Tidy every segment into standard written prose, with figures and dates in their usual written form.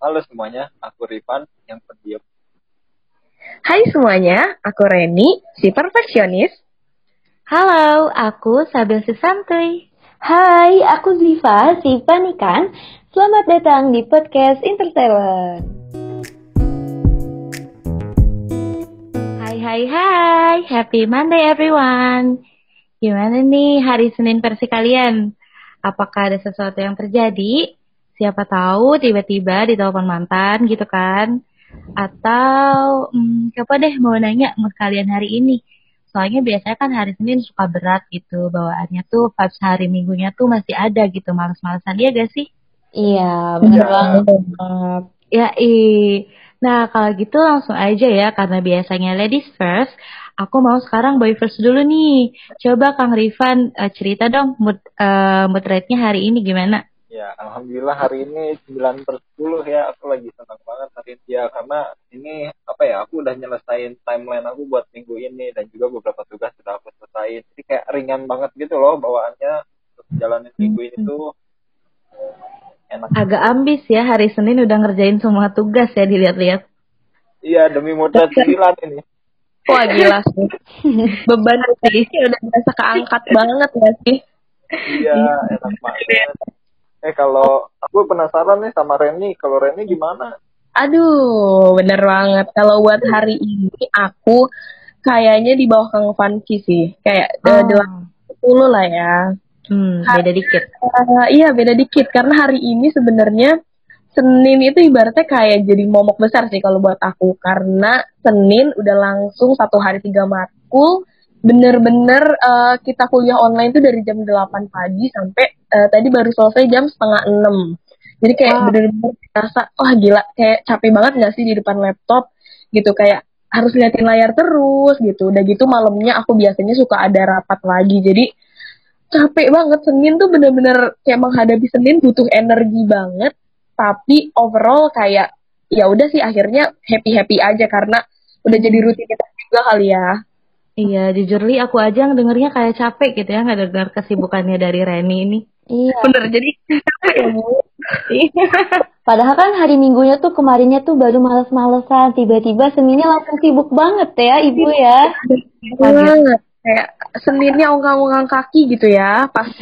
Halo semuanya, aku Rifan yang pendiam. Hai semuanya, aku Reni, si perfeksionis. Halo, aku Sabil si santuy. Hai, aku Ziva, si panikan. Selamat datang di podcast Interstellar. Hai, happy Monday everyone. Gimana nih hari Senin versi kalian? Apakah ada sesuatu yang terjadi? Siapa tahu tiba-tiba ditelepon mantan gitu kan? Atau siapa deh mau nanya mood kalian hari ini? Soalnya biasanya kan hari Senin suka berat gitu bawaannya tuh pas hari Minggunya tuh masih ada gitu males-malesan, iya gak sih? Iya, bener banget. Ya, nah kalau gitu langsung aja ya, karena biasanya ladies first, aku mau sekarang boy first dulu nih. Coba Kang Rifan cerita dong mood rate-nya hari ini gimana? Ya, alhamdulillah hari ini 9/10 ya, aku lagi senang banget hari ini ya, karena ini aku udah nyelesain timeline aku buat minggu ini dan juga beberapa tugas sudah aku selesaiin. Jadi kayak ringan banget gitu loh bawaannya untuk jalanin minggu ini tuh enak. Agak ambis ya, hari Senin udah ngerjain semua tugas ya dilihat-lihat. Iya, demi modal 9 ini. Wah gila sih. Beban sih udah berasa keangkat banget ya sih. Iya, enak banget. Kalau aku penasaran nih sama Reni, kalau Reni gimana? Aduh, bener banget. Kalau buat hari ini aku kayaknya di bawah Kang Fanki sih. Kayak 80 lah ya. Beda dikit. Iya beda dikit karena hari ini sebenarnya Senin itu ibaratnya kayak jadi momok besar sih kalau buat aku, karena Senin udah langsung 1 hari 3 matkul, bener-bener kita kuliah online tuh dari jam 8 pagi sampai tadi baru selesai jam setengah 6. Jadi kayak bener-bener rasa, wah gila, kayak capek banget gak sih di depan laptop gitu, kayak harus liatin layar terus gitu. Udah gitu malamnya aku biasanya suka ada rapat lagi, jadi capek banget. Senin tuh bener-bener kayak menghadapi Senin butuh energi banget, tapi overall kayak ya udah sih akhirnya happy aja karena udah jadi rutinitas juga kali ya. Iya, jujur Li, aku aja dengernya kayak capek gitu ya, nggak dengar kesibukannya dari Reni ini. Iya. Bener, jadi capek ya Bu. Padahal kan hari Minggunya tuh kemarinnya tuh baru males-malesan, tiba-tiba Seninnya langsung sibuk banget ya Ibu ya. Banget. Kayak Seninnya ongkang-ongkang kaki gitu ya. Pas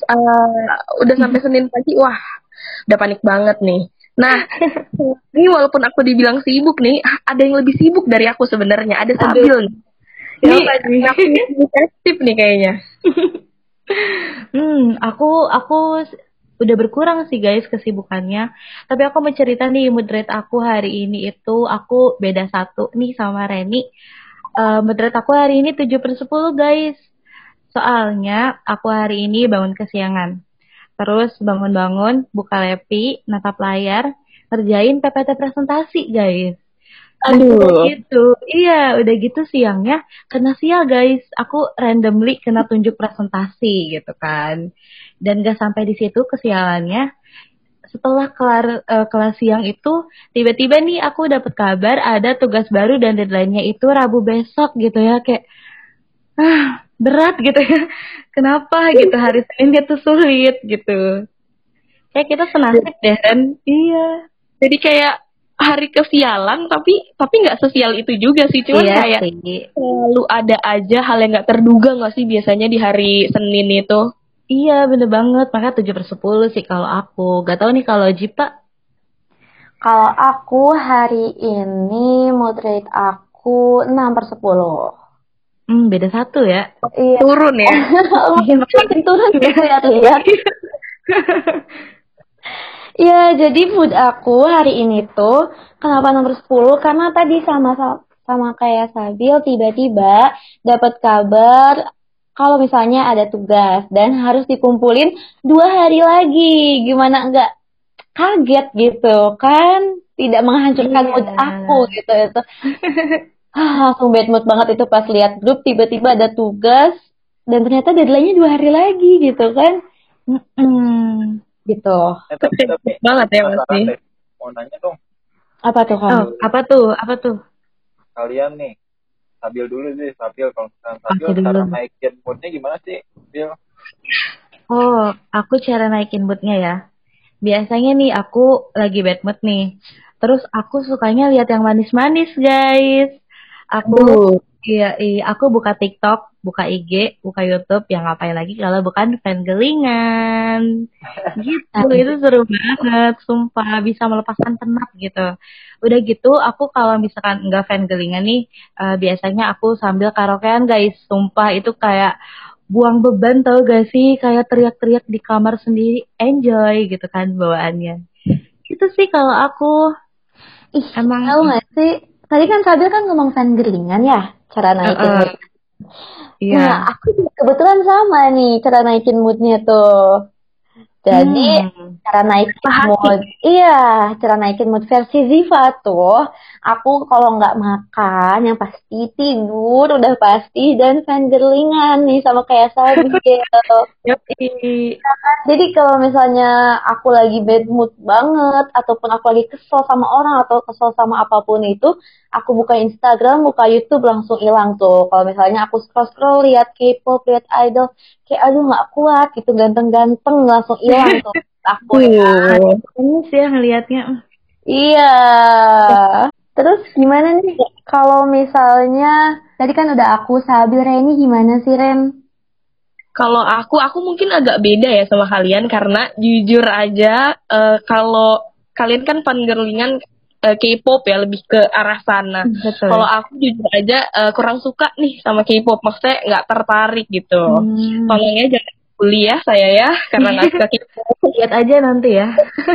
udah sampai Senin pagi, wah udah panik banget nih. Nah, ini walaupun aku dibilang sibuk nih, ada yang lebih sibuk dari aku sebenarnya. Ada Sabil nih. Ini aku aktif nih kayaknya. Aku udah berkurang sih guys kesibukannya. Tapi aku mau cerita nih mood rate aku hari ini itu aku beda 1 nih sama Reni. Mood rate aku hari ini 7/10 guys. Soalnya aku hari ini bangun kesiangan. Terus bangun-bangun, buka laptop, natap layar, ngerjain PPT presentasi guys. Aduh. Udah gitu siangnya kena sial guys. Aku randomly kena tunjuk presentasi gitu kan. Dan gak sampai di situ kesialannya. Setelah kelas siang itu, tiba-tiba nih aku dapat kabar ada tugas baru dan deadline-nya itu Rabu besok gitu ya. Kayak, berat gitu ya. Kenapa gitu hari Senin dia tuh sulit gitu. Kayak kita senasib deh kan. Iya. Jadi kayak hari kesialan tapi nggak sesial itu juga sih, cuman kayak selalu ada aja hal yang nggak terduga nggak sih biasanya di hari Senin itu. Iya bener banget, maka 7/10 sih kalau aku. Gak tahu nih kalau Jipa. Kalau aku hari ini mood rate aku 6/10. Beda 1 ya. Iya. Turun ya. Makin turun gitu lihat-lihat. Ya, jadi mood aku hari ini tuh kenapa nomor 10? Karena tadi sama kayak Sabil tiba-tiba dapat kabar kalau misalnya ada tugas dan harus dikumpulin 2 hari lagi. Gimana enggak kaget gitu kan? Tidak menghancurkan mood aku gitu itu. Langsung bad mood banget itu pas lihat grup tiba-tiba ada tugas dan ternyata deadline-nya 2 hari lagi gitu kan. Gitu. Tapi banget ya pasti. Mau nanya dong. Apa tuh kan? Apa tuh? Kalian nih, Sabil dulu sih, Sabil. Kalau misalkan Sabil, cara naikin moodnya gimana sih, Sabil? Oh, aku cara naikin moodnya ya. biasanya nih aku lagi bad mood nih. Terus aku sukanya lihat yang manis-manis, guys. Aku aku buka TikTok, buka IG, buka YouTube, yang ngapain lagi kalau bukan fangirlingan. Gitu, itu seru banget, sumpah bisa melepaskan penat gitu. Udah gitu, aku kalau misalkan enggak fangirlingan nih, biasanya aku sambil karaokean, guys. Sumpah itu kayak buang beban tau gak sih, kayak teriak-teriak di kamar sendiri, enjoy gitu kan bawaannya. Itu sih kalau aku. Ih, Emang tahu nggak sih? Tadi kan Sabil kan ngomong fangirlingan ya, cara naikin mood. iya. Nah, aku juga kebetulan sama nih cara naikin moodnya tuh. Jadi cara naikin mood, cara naikin mood versi Ziva tuh, aku kalau nggak makan yang pasti tidur udah pasti dan fangirlingan nih sama kayak Sabil. Jadi kalau misalnya aku lagi bad mood banget ataupun aku lagi kesel sama orang atau kesel sama apapun itu, aku buka Instagram, buka YouTube langsung hilang tuh. Kalau misalnya aku scroll lihat K-pop, lihat idol, kayak aduh nggak kuat gitu, ganteng-ganteng langsung hilang tuh aku ya. Ini sih yang ngelihatnya. Iya. Terus gimana nih kalau misalnya tadi kan udah aku Sabil, Reni gimana sih Ren? Kalau aku mungkin agak beda ya sama kalian karena jujur aja kalau kalian kan fangirlingan K-pop ya, lebih ke arah sana. Kalau aku jujur aja kurang suka nih sama K-pop, maksudnya nggak tertarik gitu. Tolongnya jangan kuliah saya ya, karena nggak suka K-pop. Lihat aja nanti ya.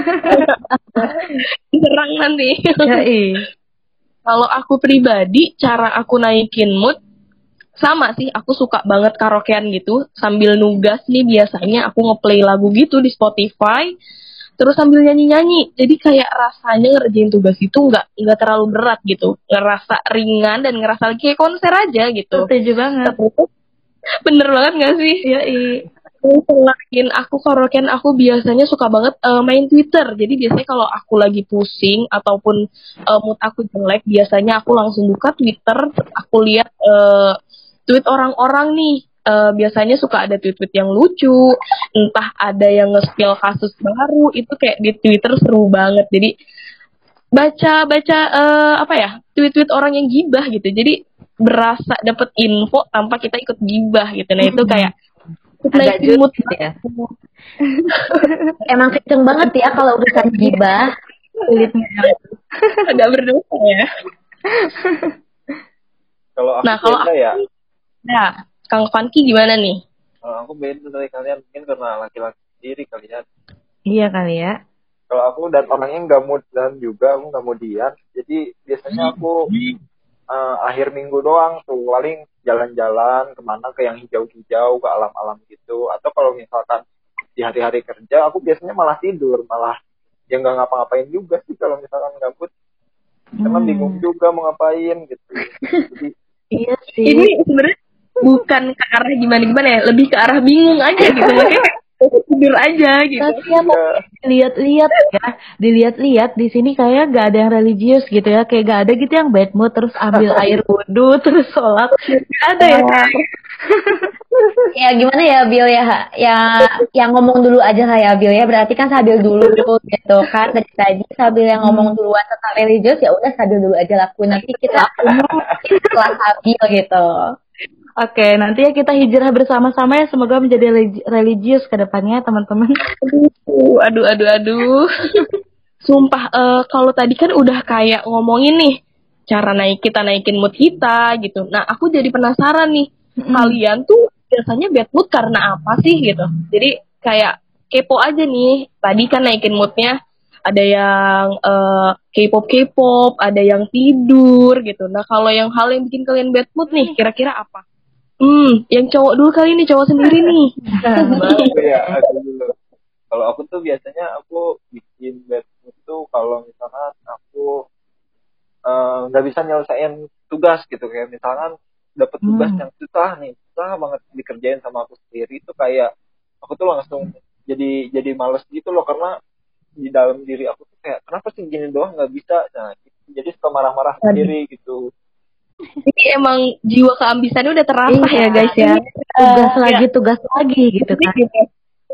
Diserang nanti. Kalau aku pribadi, cara aku naikin mood sama sih, aku suka banget karaokean gitu. Sambil nugas nih biasanya aku ngeplay lagu gitu di Spotify. Terus sambil nyanyi-nyanyi. Jadi kayak rasanya ngerjain tugas itu nggak terlalu berat gitu. Ngerasa ringan dan ngerasa lagi kayak konser aja gitu. Setuju banget. Bener banget gak sih? Iya. Selain aku karaokean, aku biasanya suka banget main Twitter. Jadi biasanya kalau aku lagi pusing ataupun mood aku jelek, biasanya aku langsung buka Twitter. Aku lihat tweet orang-orang nih. Biasanya suka ada tweet-tweet yang lucu, entah ada yang nge-spill kasus baru, itu kayak di Twitter seru banget. Jadi baca tweet-tweet orang yang gibah gitu. Jadi berasa dapet info tanpa kita ikut gibah gitu. Nah itu kayak agak mood gitu ya. Emang kenceng banget ya kalau urusan gibah. Kulitnya agak berdosa ya. Kalau aku beda ya. Ya, Kang Fanki gimana nih? Aku beda dari kalian, mungkin karena laki-laki sendiri kalian. Iya kali ya. Kalau aku dan orangnya nggak mood-an juga, aku nggak moodian. Jadi biasanya aku akhir minggu doang tuh, paling jalan-jalan kemana ke yang hijau-hijau, ke alam-alam gitu. Atau kalau misalkan di hari-hari kerja, aku biasanya malah tidur, malah ya nggak ngapa-ngapain juga sih kalau misalkan gabut. Karena bingung juga mau ngapain gitu. Jadi, iya sih. Ini sebenarnya bukan ke arah gimana ya, lebih ke arah bingung aja gitu. Makanya tidur aja gitu. Lihat-lihat ya, dilihat-lihat di sini kayak gak ada yang religius gitu ya, kayak gak ada gitu yang bad mood terus ambil air wudhu terus sholat, gak ada ya. Ya gimana ya Bil ya, yang ngomong dulu aja lah ya Bil ya, berarti kan Sabil dulu gitu kan, dari tadi Sabil yang ngomong duluan tentang religius, ya udah Sabil dulu aja lakuin, nanti kita setelah Sabil gitu. Oke, nanti ya kita hijrah bersama-sama ya, semoga menjadi religius ke depannya teman-teman. Aduh. Sumpah, kalau tadi kan udah kayak ngomongin nih cara kita naikin mood kita gitu. Nah, aku jadi penasaran nih, kalian tuh biasanya bad mood karena apa sih gitu. Jadi kayak kepo aja nih. Tadi kan naikin moodnya ada yang K-pop, ada yang tidur gitu. Nah, kalau yang hal yang bikin kalian bad mood nih, kira-kira apa? Yang cowok dulu kali ini, cowok sendiri nih. Ya, aku dulu. Kalau aku tuh biasanya aku bikin bad mood tuh kalau misalkan aku nggak bisa nyelesain tugas gitu, kayak misalkan dapat tugas yang susah banget dikerjain sama aku sendiri, itu kayak aku tuh langsung jadi males gitu loh, karena di dalam diri aku tuh kayak kenapa sih gini doang nggak bisa, nah gitu. Jadi suka marah-marah sendiri gitu. Jadi emang jiwa keambisannya udah terasa ya guys ya. Tugas lagi gitu kan.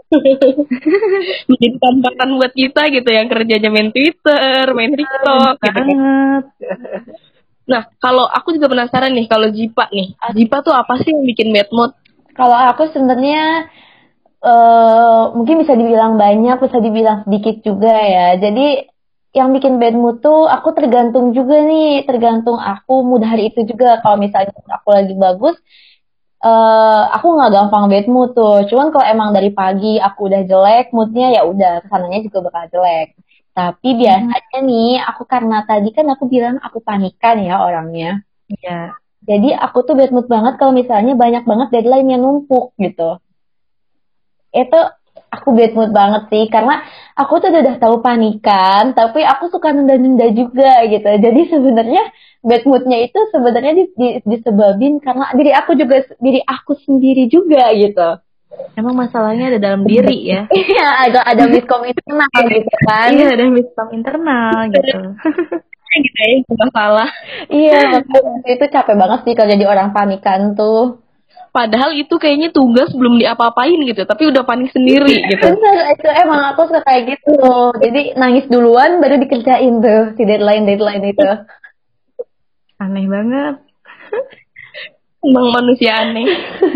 Menjadi tamparan buat kita gitu yang kerjanya main Twitter, main TikTok gitu kan. Banget. Nah, kalau aku juga penasaran nih kalau Jipa nih. Jipa tuh apa sih yang bikin bad mood? Kalau aku sebenarnya mungkin bisa dibilang banyak, bisa dibilang sedikit juga ya. Jadi yang bikin bad mood tuh aku tergantung juga nih, tergantung aku mood hari itu juga. Kalau misalnya mood aku lagi bagus, aku nggak gampang bad mood tuh. Cuman kalau emang dari pagi aku udah jelek, moodnya ya udah kesananya juga bakal jelek. Tapi biasanya nih, aku karena tadi kan aku bilang aku panikan ya orangnya. Iya. Jadi aku tuh bad mood banget kalau misalnya banyak banget deadline yang numpuk gitu. Itu aku bad mood banget sih karena aku tuh udah tahu panikan tapi aku suka nunda-nunda juga gitu. Jadi sebenarnya bad moodnya itu sebenarnya disebabin karena diri aku sendiri juga gitu. Emang masalahnya ada dalam diri ya. Iya, ada miskom internal gitu kan. Iya, ada miskom internal gitu. Gitu ya, masalah. Iya, makanya itu capek banget sih kalau jadi orang panikan tuh. Padahal itu kayaknya tugas belum diapa-apain gitu, tapi udah panik sendiri gitu. Bener, itu emang aku suka kayak gitu. Jadi nangis duluan baru dikerjain tuh si deadline itu. Aneh banget. Emang manusia aneh.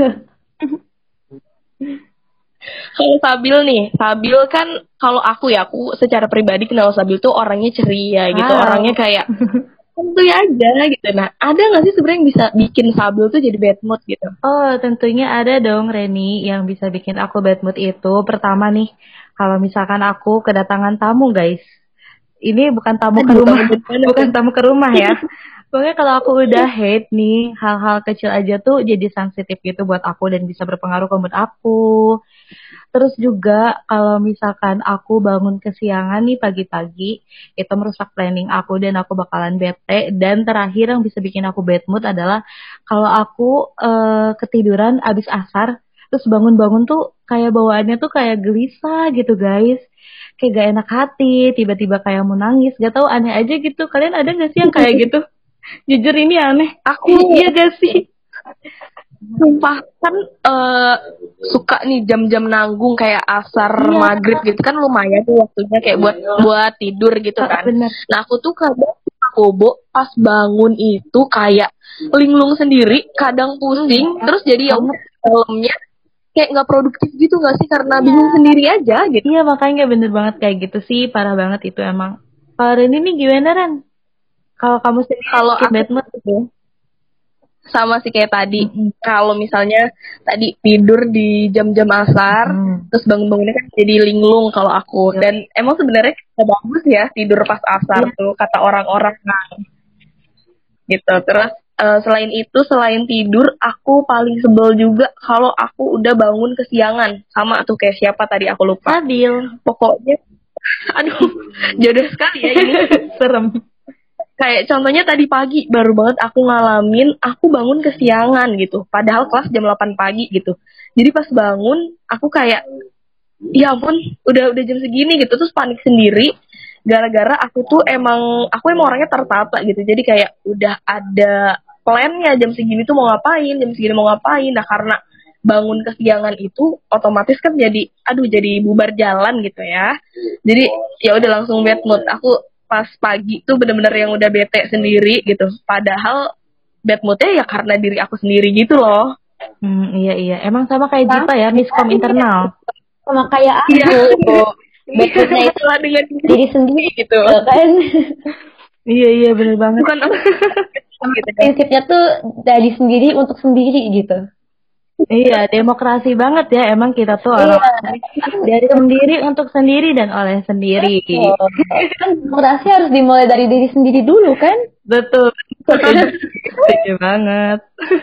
Kalau Sabil nih, Sabil kan kalau aku secara pribadi kenal Sabil tuh orangnya ceria gitu, Wow. orangnya kayak santuy aja gitu. Nah, ada nggak sih sebenarnya yang bisa bikin Sabil tuh jadi bad mood gitu? Oh, tentunya ada dong Reni yang bisa bikin aku bad mood itu. Pertama nih, kalau misalkan aku kedatangan tamu guys. Ini bukan tamu ke rumah, bukan tamu ke rumah ya. Pokoknya kalau aku udah hate nih, hal-hal kecil aja tuh jadi sensitif gitu buat aku dan bisa berpengaruh ke mood aku. Terus juga kalau misalkan aku bangun kesiangan nih pagi-pagi, itu merusak planning aku dan aku bakalan bete. Dan terakhir yang bisa bikin aku bad mood adalah kalau aku ketiduran abis asar, terus bangun-bangun tuh kayak bawaannya tuh kayak gelisah gitu guys. Kayak gak enak hati, tiba-tiba kayak mau nangis, gak tahu aneh aja gitu. Kalian ada gak sih yang kayak gitu? Jujur ini aneh. Aku Iya gak sih? sumpah kan suka nih jam-jam nanggung kayak asar maghrib gitu kan lumayan tuh waktunya kayak buat tidur gitu kan. Bener. Nah aku tuh kadang bobo pas bangun itu kayak linglung sendiri, kadang pusing, terus jadi ya malamnya kayak nggak produktif gitu nggak sih karena bingung sendiri aja gitu. Iya makanya bener banget kayak gitu sih, parah banget itu emang. Kalau Reni nih gimana Ren? Kalau kamu sendiri Kalau bikin aku bad mood gitu? sama sih kayak tadi. Kalau misalnya tadi tidur di jam-jam asar, terus bangun-bangunnya kan jadi linglung kalau aku. Dan emang sebenarnya bagus ya tidur pas asar tuh kata orang-orang gitu. Terus selain tidur, aku paling sebel juga kalau aku udah bangun kesiangan. Sama tuh kayak siapa tadi aku lupa. Sabil. Pokoknya, aduh, jodoh sekali ya ini. Serem. Kayak contohnya tadi pagi baru banget aku ngalamin aku bangun kesiangan gitu. Padahal kelas jam 8 pagi gitu. Jadi pas bangun aku kayak ya ampun udah jam segini gitu terus panik sendiri gara-gara aku emang orangnya tertata gitu. Jadi kayak udah ada plannya jam segini tuh mau ngapain, jam segini mau ngapain. Nah, karena bangun kesiangan itu otomatis kan jadi bubar jalan gitu ya. Jadi ya udah langsung bad mood. Aku pas pagi tuh bener-bener yang udah bete sendiri gitu. Padahal bad moodnya ya karena diri aku sendiri gitu loh. Iya. Emang sama kayak Jipa ya, miskom internal. Sama kayak aku. Bad moodnya itu dengan diri sendiri gitu. kan. Iya bener banget. Bukan prinsipnya tuh dari sendiri untuk sendiri gitu. Iya, demokrasi banget ya emang kita tuh orang dari sendiri untuk sendiri dan oleh sendiri. Kan demokrasi harus dimulai dari diri sendiri dulu kan? Betul. Setuju banget.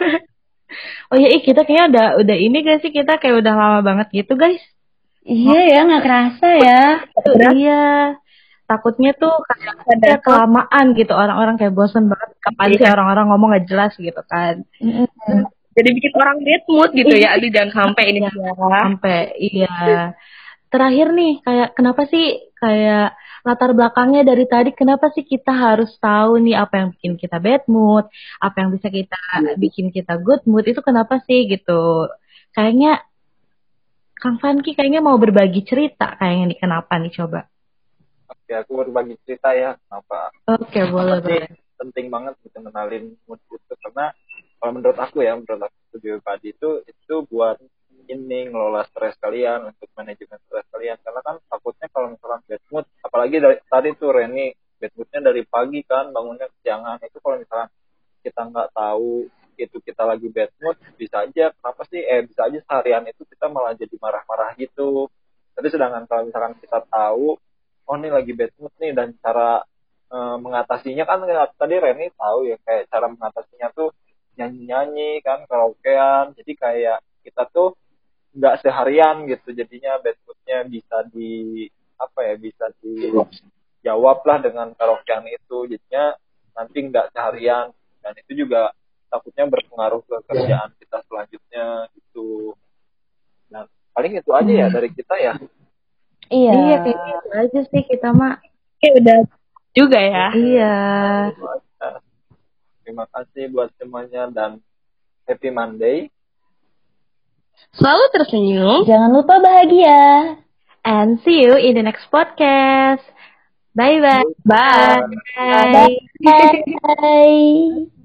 Oh ya, kita kayaknya udah ini gak sih, kita kayak udah lama banget gitu guys. Iya ya, nggak kerasa ya. Iya. Takutnya tuh kayak kelamaan gitu, orang-orang kayak bosan banget kapan sih orang-orang ngomong gak jelas gitu kan. Jadi bikin orang bad mood gitu ya. Aduh jangan sampai ini sampai iya. Terakhir nih kayak kenapa sih kayak latar belakangnya dari tadi kenapa sih kita harus tahu nih apa yang bikin kita bad mood, apa yang bisa kita bikin kita good mood itu kenapa sih gitu. Kayaknya Kang Fanki kayaknya mau berbagi cerita kayaknya nih, kenapa nih coba? Oke, aku berbagi cerita ya kenapa. Oke, boleh, Apa sih boleh. penting banget gitu kenalin mood itu, karena kalau menurut aku pribadi itu buat ini ngelola stres kalian, untuk manajemen stres kalian, karena kan takutnya kalau misalkan bad mood, apalagi dari tadi tuh Reni bad moodnya dari pagi kan bangunnya kesiangan, itu kalau misalkan kita nggak tahu itu kita lagi bad mood, bisa aja seharian itu kita malah jadi marah-marah gitu. Tapi sedangkan kalau misalkan kita tahu oh ini lagi bad mood nih, dan cara mengatasinya kan tadi Reni tahu ya, kayak cara mengatasinya tuh nyanyi-nyanyi kan, karaokean, jadi kayak kita tuh nggak seharian gitu, jadinya bad moodnya bisa dijawab lah dengan karaokean itu, jadinya nanti nggak seharian, dan itu juga takutnya berpengaruh ke kerjaan kita selanjutnya gitu. Nah paling itu aja ya dari kita ya. Iya. Iya, kayaknya itu aja sih kita mah. Udah juga ya. Iya. Terima kasih buat semuanya dan happy Monday. Selalu tersenyum. Jangan lupa bahagia. And see you in the next podcast. Bye-bye. Bye. Bye. Bye.